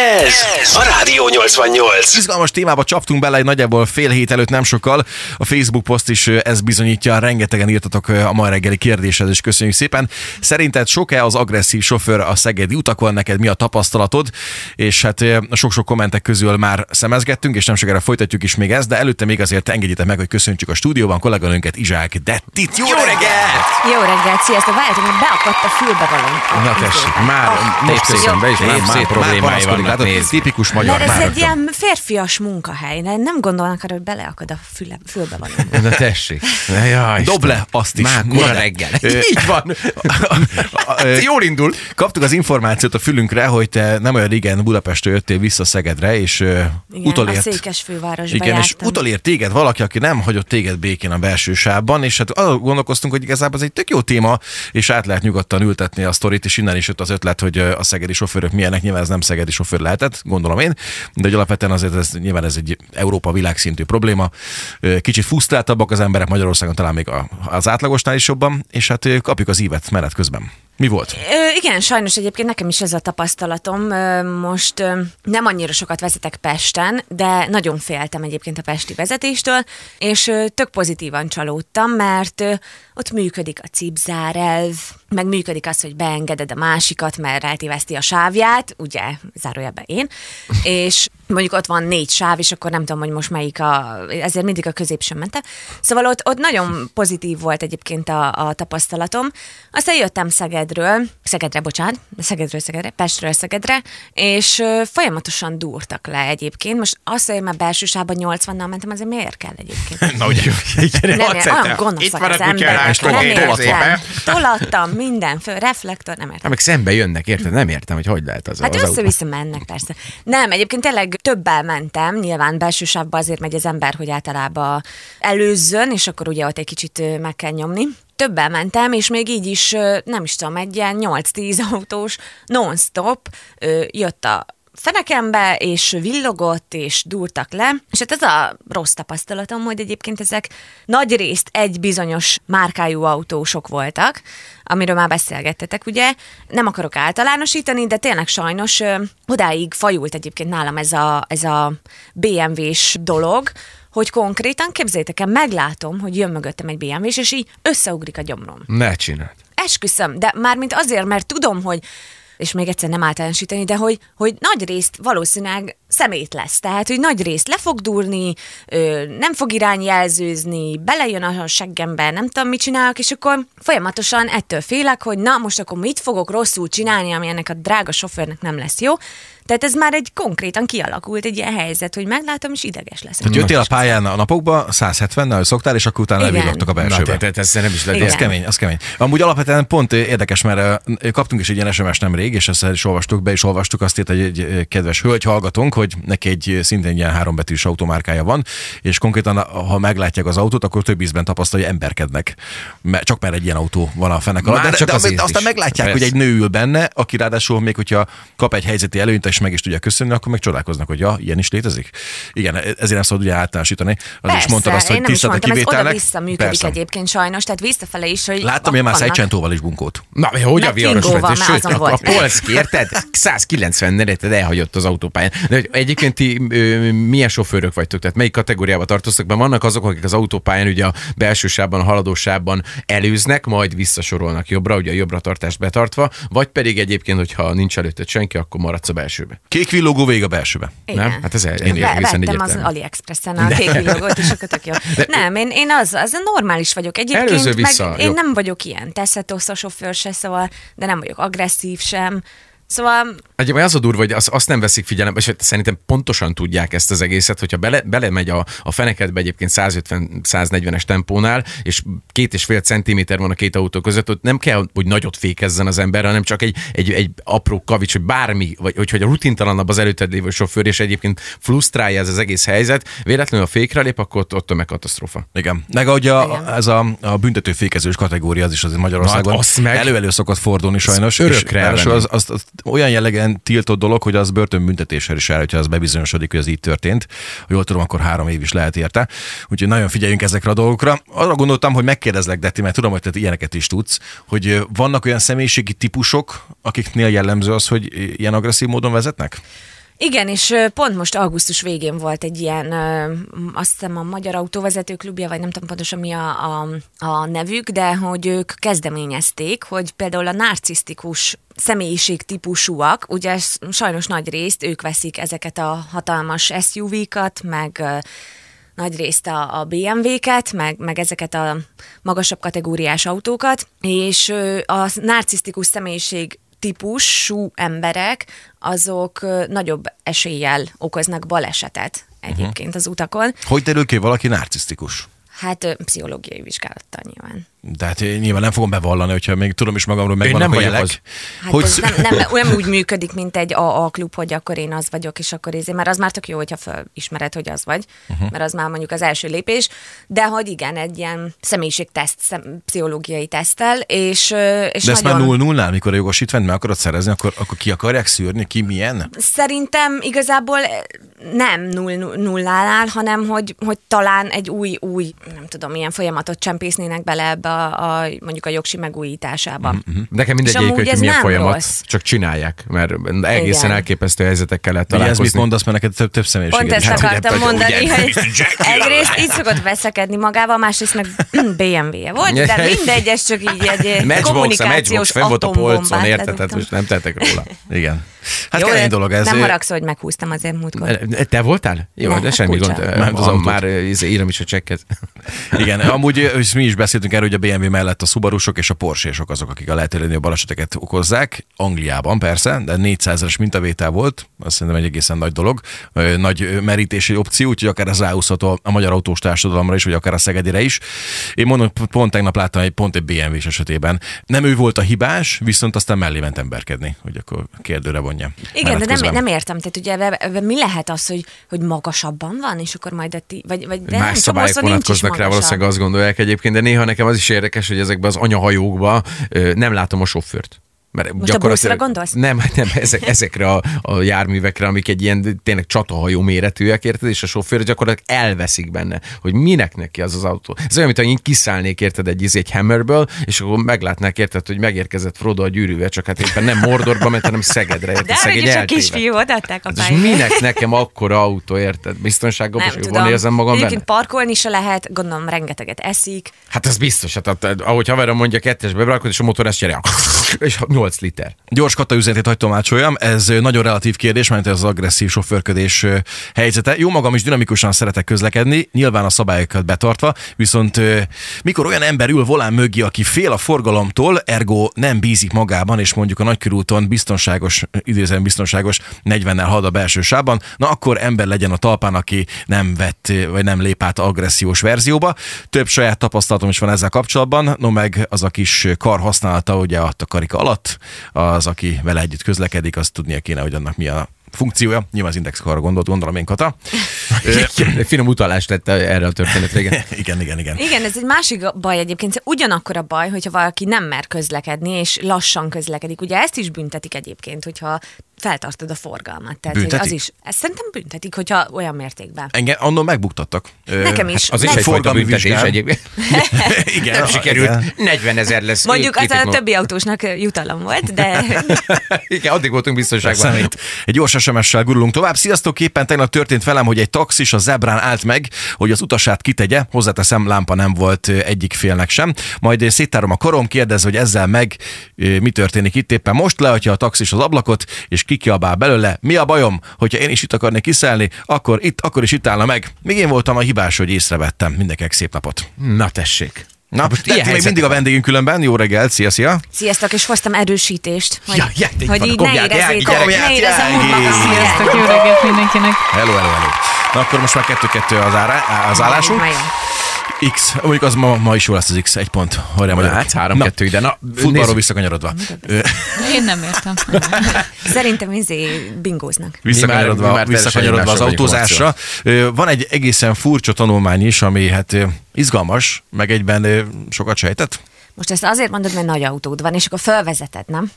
Ez a Rádió 88. Izgalmas témába csaptunk bele, egy nagyjából fél hét előtt nem sokkal. A Facebook poszt is ezt bizonyítja, rengetegen írtatok a ma reggeli kérdéshez, és köszönjük szépen. Szerinted sok-e az agresszív sofőr a szegedi utakon? Neked mi a tapasztalatod? És hát sok-sok kommentek közül már szemezgettünk, és nem sokára folytatjuk is még ezt, de előtte még azért engedjétek meg, hogy köszöntsük a stúdióban kolléganőnket, Izsák Dettit. Jó reggelt! Jó reggelt, sziasztok! Várjátok, hogy beakadt a fülbevalónk. Na tessék, már népszembe is már problémái vannak, nézd. Tipikus magyar. Mert ez egy ilyen férfias munkahely, nem gondolnak arra, hogy beleakad a fülbevalónk. Na tessék. Jaj, dob le azt is. Már kora reggel. Így van. Jól indul. Kaptuk az információt a fülünkre, hogy te nem olyan régen Budapestről jöttél vissza Szegedre, és utolért. A Székesfővárosba igen, jártam. és utolért téged valaki, aki nem hagyott téged békén a belső sávban, és hát arra gondolkoztunk, hogy igazából ez egy tök jó téma, és át lehet nyugodtan ültetni a sztorit, és innen is jött az ötlet, hogy a szegedi sofőrök milyenek, nyilván ez nem szegedi sofőr lehetett, gondolom én, de hogy alapvetően azért nyilván ez egy Európa világszintű probléma. Kicsit frusztráltabbak az emberek Magyarországon, talán még az átlagosnál is jobban, és hát kapjuk az ívet menet közben. Mi volt? Igen, sajnos egyébként nekem is ez a tapasztalatom. Most nem annyira sokat vezetek Pesten, de nagyon féltem egyébként a pesti vezetéstől, és tök pozitívan csalódtam, mert ott működik a cipzárelv, meg működik az, hogy beengeded a másikat, mert eltéveszti a sávját, ugye, zárójelben én, és mondjuk ott van 4 sáv, és akkor nem tudom, hogy most melyik ezért mindig a középsőn mentem. Szóval ott nagyon pozitív volt egyébként a tapasztalatom. Aztán jöttem Szegedre, Pestről Szegedre, és folyamatosan durtak le egyébként. Most azt, hogy már belső sávban 80-nal mentem, azért miért kell egyébként? Na ugye, olyan gonoszak az emberek. Tolattam minden föl, reflektor, nem értem. Meg szembe jönnek, érted? Nem értem, hogy lehet az. Hát össze-vissza mennek, persze. Nem, egyébként tényleg többel mentem, nyilván belső sávba azért megy az ember, hogy általában előzzön, és akkor ugye ott egy kicsit meg kell nyomni. Többel mentem, és még így is, nem is tudom, egy ilyen 8-10 autós non-stop jött a fenekembe, és villogott, és durtak le. És hát ez a rossz tapasztalatom, hogy egyébként ezek nagyrészt egy bizonyos márkájú autósok voltak, amiről már beszélgettetek, ugye. Nem akarok általánosítani, de tényleg sajnos odáig fajult egyébként nálam ez a BMW-s dolog, hogy konkrétan, képzeljétek el, meglátom, hogy jön mögöttem egy BMW-s, és így összeugrik a gyomrom. Ne csináld. Esküszöm, de mármint azért, mert tudom, hogy, és még egyszer nem általánosítani, de hogy nagy részt valószínűleg szemét lesz. Tehát, hogy nagy részt le fog durni, nem fog irányjelzőzni, belejön a seggembe, nem tudom, mit csinálok, és akkor folyamatosan ettől félek, hogy na, most akkor mit fogok rosszul csinálni, ami ennek a drága sofőrnek nem lesz jó. Tehát ez már egy konkrétan kialakult egy ilyen helyzet, hogy meglátom, és ideges lesz. Tehát jöttél a pályán a napokba 170-nel szoktál, és akkor utána levillogtak a belsőbe. Na, tehát ez nem is lehet. Az kemény. Amúgy alapvetően pont érdekes, mert kaptunk is egy ilyen SMS nemrég, és ezt is olvastuk, azt írt egy kedves hölgy hallgatónk, hogy neki szintén ilyen 3 betűs automárkája van, és konkrétan, ha meglátják az autót, akkor több ízben tapasztalja, hogy emberkednek. Csak mert egy ilyen autó van a fenek alatt. De aztán meglátják, hogy egy nő ül benne, aki ráadásul még, hogyha kap egy helyzeti előnyt, és meg is tudja köszönni, akkor meg csodálkoznak, hogy ilyen is létezik. Igen, ezért nem szabad ugye általánosítani. Az is mondtad azt, hogy tisztelt a kivételnek. Oda-vissza működik egyébként sajnos, tehát visszafele is, hogy láttam én már Szejcsentóval is bunkót. Na, hogy a viharos vezető, sőt, a Polszki, érted? 190-nel elhagyott az autópályán. De egyébként ti milyen sofőrök vagytok? Tehát melyik kategóriába tartoztok? Mert vannak azok, akik az autópályán ugye a belső sávban, a haladó sávban előznek, majd visszasorolnak jobbra, ugye a jobbra tartást betartva, vagy pedig egyébként, hogyha nincs előtted senki, akkor maradsz a belsőbe. Kék villogó végig a belsőbe. Igen. Nem? Hát ez vettem az AliExpressen a kék villogót, és akkor tök jó. Nem, én az normális vagyok. Egyébként meg én nem vagyok ilyen teszetosz a sofőr se, szóval, de nem vagyok agresszív sem. Szóval... Egyébként az a durva, hogy azt nem veszik figyelembe, és szerintem pontosan tudják ezt az egészet, hogyha belemegy a fenekedbe egyébként 150-140-es tempónál, és 2,5 centiméter van a két autó között, ott nem kell, hogy nagyot fékezzen az ember, hanem csak egy apró kavics, hogy bármi, vagy hogy a rutintalanabb az előtted lévő sofőr, és egyébként frusztrálja ez az egész helyzet, véletlenül a fékre lép, akkor ott tömegkatasztrófa. Igen. Meg ugye ez a büntető fékezős kategória, az is azért Magyarországon elő szokott fordulni sajnos. Örökre az olyan jellegen tiltott dolog, hogy az börtönbüntetéssel is jár, hogyha az bebizonyosodik, hogy ez így történt. Ha jól tudom, akkor 3 év is lehet érte. Úgyhogy nagyon figyeljünk ezekre a dolgokra. Arra gondoltam, hogy megkérdezlek, Detti, mert tudom, hogy te ilyeneket is tudsz, hogy vannak olyan személyiségi típusok, akiknél jellemző az, hogy ilyen agresszív módon vezetnek? Igen, és pont most augusztus végén volt egy ilyen, azt hiszem a Magyar Autóvezető Klubja, vagy nem tudom pontosan mi a nevük, de hogy ők kezdeményezték, hogy például a narcisztikus személyiségtípusúak, ugye sajnos nagy részt ők veszik ezeket a hatalmas SUV-kat, meg nagy részt a BMW-ket, meg ezeket a magasabb kategóriás autókat, és a narcisztikus személyiség típusú emberek, azok nagyobb eséllyel okoznak balesetet egyébként az utakon. Hogy derül ki, valaki narcisztikus? Hát pszichológiai vizsgálattal nyilván. Tehát nyilván nem fogom bevallani, hogyha még tudom is magamról, megvannak a jelek. Hát hogy... ez nem úgy működik, mint egy AA klub, hogy akkor én az vagyok, és akkor mert az már tök jó, hogyha felismered, hogy az vagy, mert az már mondjuk az első lépés, de hogy igen, egy ilyen személyiségteszt, pszichológiai teszttel, és de nagyon... ezt már 0-0-nál, mikor a jogosítványt meg akarod szerezni, akkor ki akarják szűrni, ki milyen? Szerintem igazából nem 0-0-nál, hanem hogy talán egy új, nem tudom, milyen folyamatot csempésznének bele ebbe mondjuk a jogsi megújításába. Nekem mindegy, hogy milyen folyamat, rossz. Csak csinálják, mert egészen elképesztő helyzetekkel lehet találkozni. Ez mit mondasz, mert neked több személyiséget. Pont ezt akartam mondani, hogy egyrészt így szokott veszekedni magával, másrészt meg BMW-je volt, de mindegy, ez csak így egy kommunikációs fenn volt a polcon, érted? Tehát ledobtam. most nem tettek róla. Igen. Hát Jó, kemény dolog ez. Nem haragszol, hogy meghúztam azért múltkor. Te voltál? Jó, Nem, de semmi kulcsal. gond. Már írom is a csekket. Igen, amúgy mi is beszéltünk erről, hogy a BMW mellett a Subarusok és a Porsche-sok azok, akik a lehető baleseteket okozzák. Angliában persze, de 400-es mintavétel volt, azt szerintem egy egészen nagy dolog, nagy merítési opció, úgyhogy akár ez ráhúzható a magyar autós társadalomra is, vagy akár a szegedire is. Én mondom, pont tegnap láttam pont egy BMW-s esetében. Nem ő volt a hibás, viszont aztán mellé ment emberkedni, hogy akkor kérdőre vonja. Igen, de nem értem. Tehát ugye mi lehet az, hogy magasabban van, és akkor majd vagy de más szabályok vonatkoznak rá, valószínűleg azt gondolják egyébként, de néha nekem az is érdekes, hogy ezekben az anyahajókban nem látom a sofőrt. Mert most a buszra gondolsz? Nem, ezekre a járművekre, amik egy ilyen tényleg csatahajó méretűek, érted, és a sofőr gyakorlatilag elveszik benne, hogy minek neki az autó. Ez olyan, mint hogy én kiszállnék, érted, egy Hammerből, és akkor meglátnák, érted, hogy megérkezett Frodo a gyűrűvel, csak hát éppen nem Mordorba, mert hanem Szegedre, érted, de szegény a kisfiú odaadták a pályára. És minek nekem akkora autó, érted? Biztonságos, jobban érzem magam benne. Egyébként parkolni se lehet, gondolom rengeteget eszik. Hát ez biztos, hát ahogy haverom mondja, kettesbe berakod, és a motor ezt csinálja. És 8 liter. Gyors Kata üzenetét hagy tolmácsoljam, ez nagyon relatív kérdés, mert ez az agresszív sofőrködés helyzete. Jó magam is dinamikusan szeretek közlekedni, nyilván a szabályokat betartva, viszont mikor olyan ember ül volán mögé, aki fél a forgalomtól, ergo nem bízik magában, és mondjuk a nagykörúton idézően biztonságos 40-nel halad a belső sávban, na akkor ember legyen a talpán, aki nem vett, vagy nem lép át agressziós verzióba. Több saját tapasztalatom is van ezzel kapcsolatban, no meg az a kis kar használata, ugye a karika alatt, az, aki vele együtt közlekedik, azt tudnia kéne, hogy annak mi a funkciója. Nyilván az indexkarra gondolom én, Kata. Finom utalást tette erre a történetre, igen. Igen. Igen, ez egy másik baj egyébként. Ugyanakkor a baj, hogyha valaki nem mer közlekedni, és lassan közlekedik. Ugye ezt is büntetik egyébként, hogyha feltartod a forgalmat. Tehát, hogy az is, ezt szerintem büntetik, hogyha olyan mértékben. Engem annól megbuktattak. Nekem is. Hát az is egyfajta büntetés egyébként. Igen, nem sikerült, 40 000 lesz. Mondjuk az a többi autósnak jutalom volt, de... Igen, addig voltunk biztonságban. Egy gyors SMS-sel gurulunk tovább. Sziasztok, éppen tegnap történt velem, hogy egy taxis a zebrán állt meg, hogy az utasát kitegye. Hozzáteszem, lámpa nem volt egyik félnek sem. Majd széttárom a karom, kérdez, hogy ezzel meg mi történik itt éppen most, leadja a taxis az ablakot, és kikiabál belőle. Mi a bajom? Hogyha én is itt akarnék kiszállni, akkor is itt állna meg. Még én voltam a hibás, hogy észrevettem. Mindenkinek szép napot. Na tessék. Na, most ilyen még mindig a vendégünk különben. Jó reggelt, szia! Sziasztok, és hoztam erősítést, hogy, hogy így ne érezzem magam. Sziasztok, jó reggelt mindenkinek. Hello. Na akkor most már 2-2 az állásunk. X, mondjuk az ma is jó lesz az X, 1 pont. Hát 3-2 ide. Na, futballról visszakanyarodva. Én nem értem. Szerintem bingóznak. Visszakanyarodva az autózásra. Van egy egészen furcsa tanulmány is, ami hát izgalmas, meg egyben sokat sejtett. Most ezt azért mondod, mert nagy autód van, és akkor fölvezeted, nem?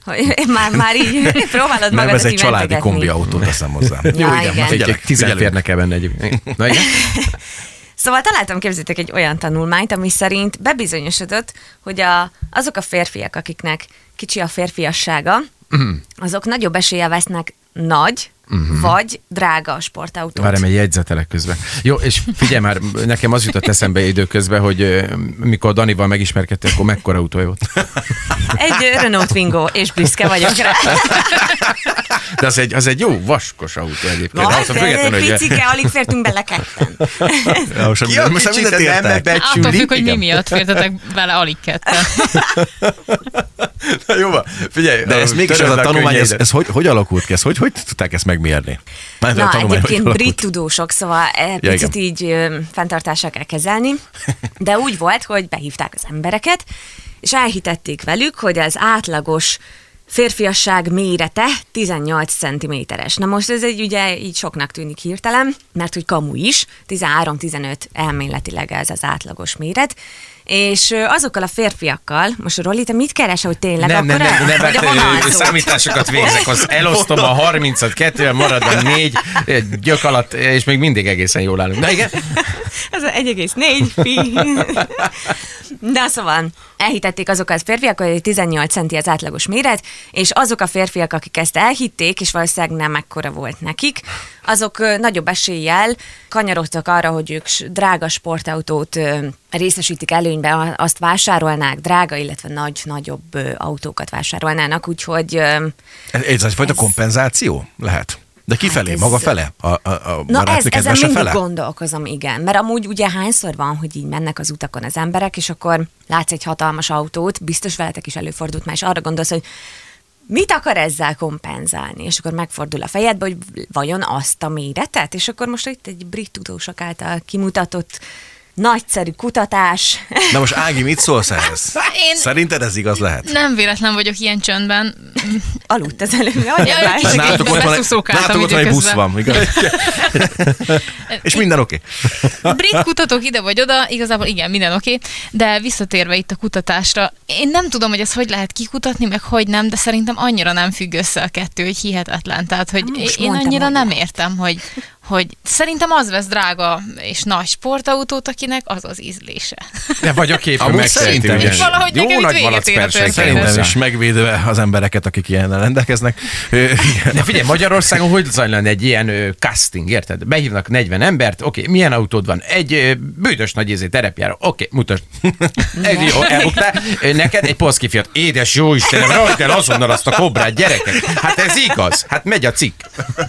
Már így próbálod magadat nem, ez egy így családi kombi autó, teszem hozzá. Jó, igen. 10 férnek kell benne egyébként. Na igen. Szóval találtam, képzeljétek, egy olyan tanulmányt, ami szerint bebizonyosodott, hogy azok a férfiak, akiknek kicsi a férfiassága, azok nagyobb eséllyel vesznek nagy, vagy drága a sportautót. Várj, egy jegyzetelek közben. Jó, és figyelj már, nekem az jutott eszembe időközben, hogy mikor Danival megismerkedtél, akkor mekkora autó volt? Egy Renault Twingo, és büszke vagyok rá. De az egy jó vaskos autó egyébként. Picike, alig fértünk bele ketten. Most mindent értek. Attól függ, hogy mi miatt fértetek vele alig ketten. Na jó, figyelj. De ez mégis ez a tanulmány, ez hogy alakult ki? Hogy tudták ezt megmérni? Na, egyébként brit tudósok, szóval picit így fenntartással kell kezelni, de úgy volt, hogy behívták az embereket, és elhitették velük, hogy az átlagos férfiasság mérete 18 cm-es. Na most ez egy ugye így soknak tűnik hirtelen, mert hogy kamu is, 13-15 elméletileg ez az átlagos méret, és azokkal a férfiakkal, most Roli, te mit keresel, hogy tényleg nem, vagy a vonalzót? Számításokat végzek, az elosztom a 30-at, 2-vel marad a 4 gyök alatt, és még mindig egészen jól állunk. Na igen? Ez 1,4 pi. De szóval elhitették azok a férfiak, hogy 18 centi az átlagos méret, és azok a férfiak, akik ezt elhitték, és valószínűleg nem ekkora volt nekik, azok nagyobb eséllyel kanyarodtak arra, hogy ők drága sportautót részesítik előnyben, azt vásárolnák, drága, illetve nagyobb autókat vásárolnának, úgyhogy... Ez egyfajta kompenzáció lehet? De kifelé, maga fele? Na ezen mindig gondolkozom, igen. Mert amúgy ugye hányszor van, hogy így mennek az utakon az emberek, és akkor látsz egy hatalmas autót, biztos veletek is előfordult már, és arra gondolsz, hogy mit akar ezzel kompenzálni? És akkor megfordul a fejedbe, hogy vajon azt a méretet? És akkor most itt egy brit tudósok által kimutatott nagyszerű kutatás. Na most Ági, mit szólsz ehhez? Szerinted ez igaz lehet? Nem véletlen vagyok ilyen csöndben. Aludt az előbb. Nálatok ott van egy busz van, igaz? És minden oké. Brit kutatók ide vagy oda, igazából igen, minden oké, de visszatérve itt a kutatásra, én nem tudom, hogy ezt hogy lehet kikutatni, meg hogy nem, de szerintem annyira nem függ össze a kettő, hogy hihetetlen. Tehát, hogy én annyira nem értem, hogy szerintem az vesz drága és nagy sportautót, akinek az az ízlése. De vagy a képen megszerint, ugye? Valahogy jó nagy malacpersek. Szerintem is megvédve az embereket, akik ilyennel rendelkeznek. De figyelj, Magyarországon hogy zajlana egy ilyen casting, érted? Behívnak 40 embert, oké, milyen autód van? Egy bűdös nagy terepjáró, oké, mutasd. Jó, elbuktál. Neked egy Polszki Fiat. Édes jó Istenem, rajt el azonnal azt a kobrát, gyerekek. Hát ez igaz, hát megy a cikk.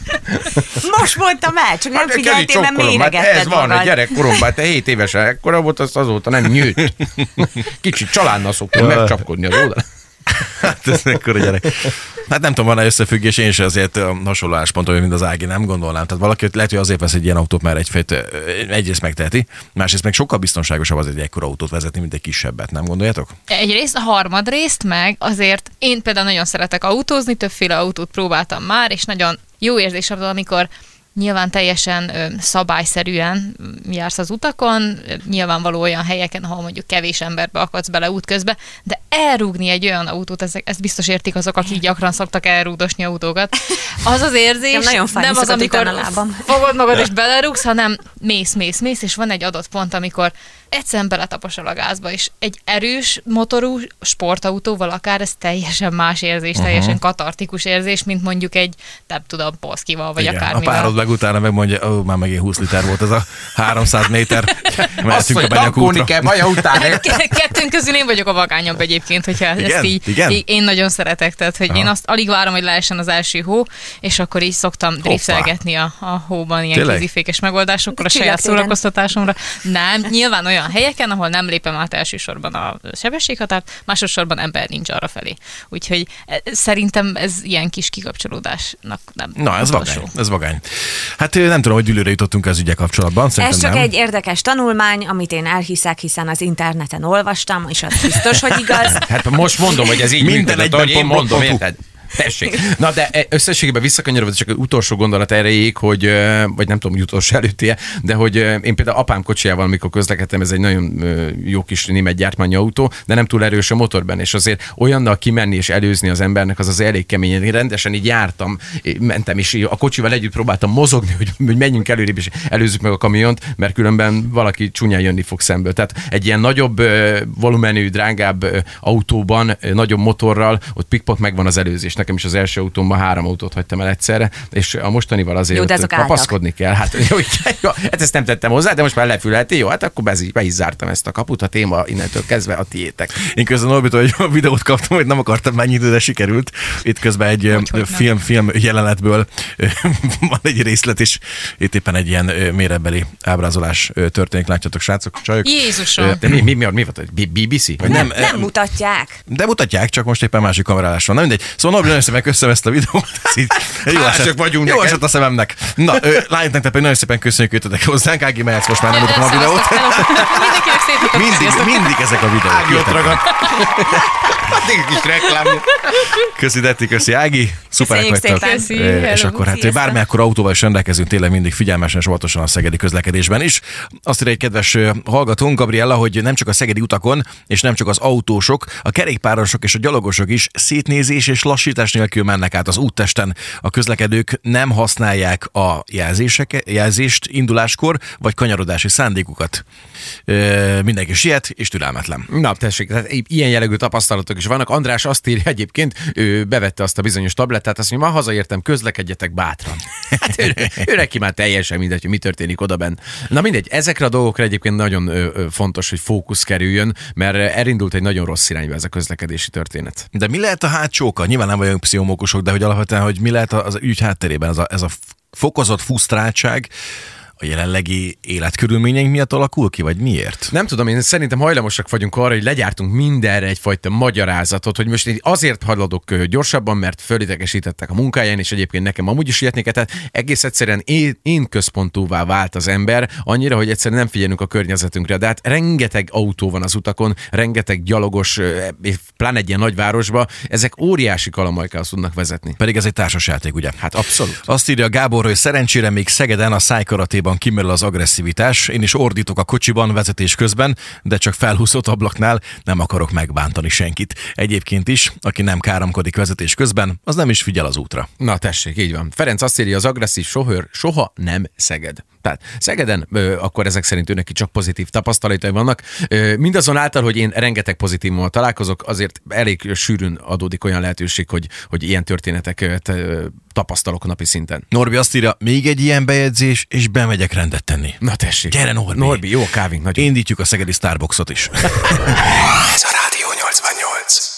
Most mondtam el, csak nem figyeltél, mert méregetted ez van, a gyerekkoromban, te 7 évesen ekkora volt, azt azóta nem nyűjt. Kicsit csalánnal szoktam megcsapkodni az oldalán. Hát ez ekkora gyerek. Hát nem tudom, van-e összefüggés, én sem azért hasonló állásponton, mint az Ági, nem gondolnám. Tehát valaki lehet, hogy azért vesz egy ilyen autót, mert egyrészt megteheti, másrészt meg sokkal biztonságosabb az egy ekkora autót vezetni, mint egy kisebbet, nem gondoljátok? Egyrészt, a harmadrészt meg azért én például nagyon szeretek autózni, többféle autót próbáltam már, és nagyon jó érzés az, amikor nyilván teljesen szabályszerűen jársz az utakon, nyilvánvaló olyan helyeken, ahol mondjuk kevés emberbe akadsz bele útközbe, de elrúgni egy olyan autót, ezt biztos értik azok, akik gyakran szoktak elrúgdosni autókat. Az az érzés, nem az, amikor fogod magad és belerúgsz, hanem mész, és van egy adott pont, amikor egyszerűen beletapasol a gázba, és egy erős motorú sportautóval akár ez teljesen más érzés, teljesen katartikus érzés, mint mondjuk egy, nem tudom, Polszkival, vagy akármivel. A párod meg utána megmondja, már megint 20 liter volt ez a 300 méter. Azt, hogy tankolni kell, vagy utána. Kettőnk közül én vagyok a vagányabb egyébként, hogyha ezt így én nagyon szeretek, tehát hogy én azt alig várom, hogy leessen az első hó, és akkor így szoktam driftelgetni a hóban ilyen kézifékes megoldásokkal a saját szórakoztatásomra. Nem, nyilván olyan helyeken, ahol nem lépem át elsősorban a sebességhatárt, másodszorban ember nincs arra felé. Úgyhogy szerintem ez ilyen kis kikapcsolódásnak nem. Na, ez vagány. Hát nem tudom, hogy ülőre jutottunk az ügyek kapcsolatban. Ez csak egy érdekes tanulmány, amit én elhiszek, hiszen az interneten olvastam, és az biztos, hogy igaz. Hát most mondom, hogy ez így működött, ahogy én mondom, érted? Tessék. Na de összességében visszakanyarodva, csak az utolsó gondolat erejéig, hogy, vagy nem tudom, hogy utolsó előttie, de hogy én például apám kocsijával, amikor közlekedtem, ez egy nagyon jó kis német gyártmányi autó, de nem túl erős a motorban, és azért olyannal kimenni és előzni az embernek, az elég kemény. Én rendesen így jártam, mentem, és a kocsival együtt próbáltam mozogni, hogy menjünk előrébb, és előzzük meg a kamiont, mert különben valaki csúnyán jönni fog szemből. Tehát egy ilyen nagyobb volumenű, drágább autóban, nagyobb motorral, ott pikpak megvan az előzés. nekem is az első autómban 3 autót hagytam el egyszerre, és a mostanival azért Jó, kapaszkodni kell. Hát, jó, hát ezt nem tettem hozzá, de most már lefülheti, jó, hát akkor be is zártam ezt a kaput, a téma innentől kezdve a tiétek. Én közben Norbitól egy videót kaptam, hogy nem akartam mennyi idő, de sikerült. Itt közben egy film jelenetből van egy részlet, és itt éppen egy ilyen méretbeli ábrázolás történik. Látjátok, srácok, csajok. Jézusom! De mi volt? BBC? Vagy Nem mutatják. De mutatják, csak most éppen másik kamerálás van. Na mindegy. Szóval Norbi, nagyon szépen köszönöm ezt a videót. Jó esett a szememnek. Na, lányoknak pedig nagyon szépen köszönjük, hogy jöttetek hozzánk. Ági, mehetsz most már, nem mutatom a videót. Mindenkinek szép Mindig ezek a videók. Ági ott ragadt. Addig kis reklámja. Köszi, Detti, köszi, Ági. Szuperek Köszönjük vagytok. szépen. És akkor hát bármilyenkor autóval is rendelkezünk, tényleg mindig figyelmesen és óvatosan a szegedi közlekedésben is. Azt írja egy kedves hallgatónk, Gabriella, hogy nem csak a szegedi utakon, és nem csak az autósok, a kerékpárosok és a gyalogosok is szétnézés és lassítás nélkül mennek át az úttesten. A közlekedők nem használják a jelzést induláskor, vagy kanyarodási szándékukat. Mindenki siet és türelmetlen. Na, tessék, tehát ilyen jellegű tapasztalatok is vannak. András azt írja egyébként, ő bevette azt a bizonyos tablettát, azt mondja, ma hazaértem, közlekedjetek bátran. Hát ő neki már teljesen mindegy, hogy mi történik odabenn. Na mindegy, ezekre a dolgokra egyébként nagyon fontos, hogy fókusz kerüljön, mert elindult egy nagyon rossz irányba ez a közlekedési történet. De mi lehet a hátsóka? Nyilván nem vagyunk pszichomókusok, de hogy alapvetően, hogy mi lehet az ügy hátterében, ez a fokozott frusztráltság, a jelenlegi életkörülményeink miatt alakul ki, vagy miért? Nem tudom, én szerintem hajlamosak vagyunk arra, hogy legyártunk mindenre egyfajta magyarázatot, hogy most én azért haladok gyorsabban, mert fölidegesítettek a munkáján, és egyébként nekem amúgy is sietni kell. Tehát egész egyszerűen én központúvá vált az ember, annyira, hogy egyszerűen nem figyelünk a környezetünkre. De hát rengeteg autó van az utakon, rengeteg gyalogos, pláne egy ilyen nagyvárosba, ezek óriási kalamajkához tudnak vezetni. Pedig ez egy társasjáték, ugye? Hát abszolút. Azt írja Gábor, hogy szerencsére még Szegeden a szájkaratéban kimerül az agresszivitás. Én is ordítok a kocsiban vezetés közben, de csak felhúzott ablaknál nem akarok megbántani senkit. Egyébként is, aki nem káromkodik vezetés közben, az nem is figyel az útra. Na tessék, így van. Ferenc azt írja, az agresszív sofőr soha nem Szeged. Tehát Szegeden akkor ezek szerint neki csak pozitív tapasztalatai vannak. Mindazonáltal, hogy én rengeteg pozitívummal találkozok, azért elég sűrűn adódik olyan lehetőség, hogy ilyen történeteket tapasztalok napi szinten. Norbi azt írja, még egy ilyen bejegyzés, és bemegyek rendet tenni. Na tessék. Gyere, Norbi. Norbi, jó a kávink nagyon. Indítjuk a szegedi Starbucksot is. Ez a Rádió 88.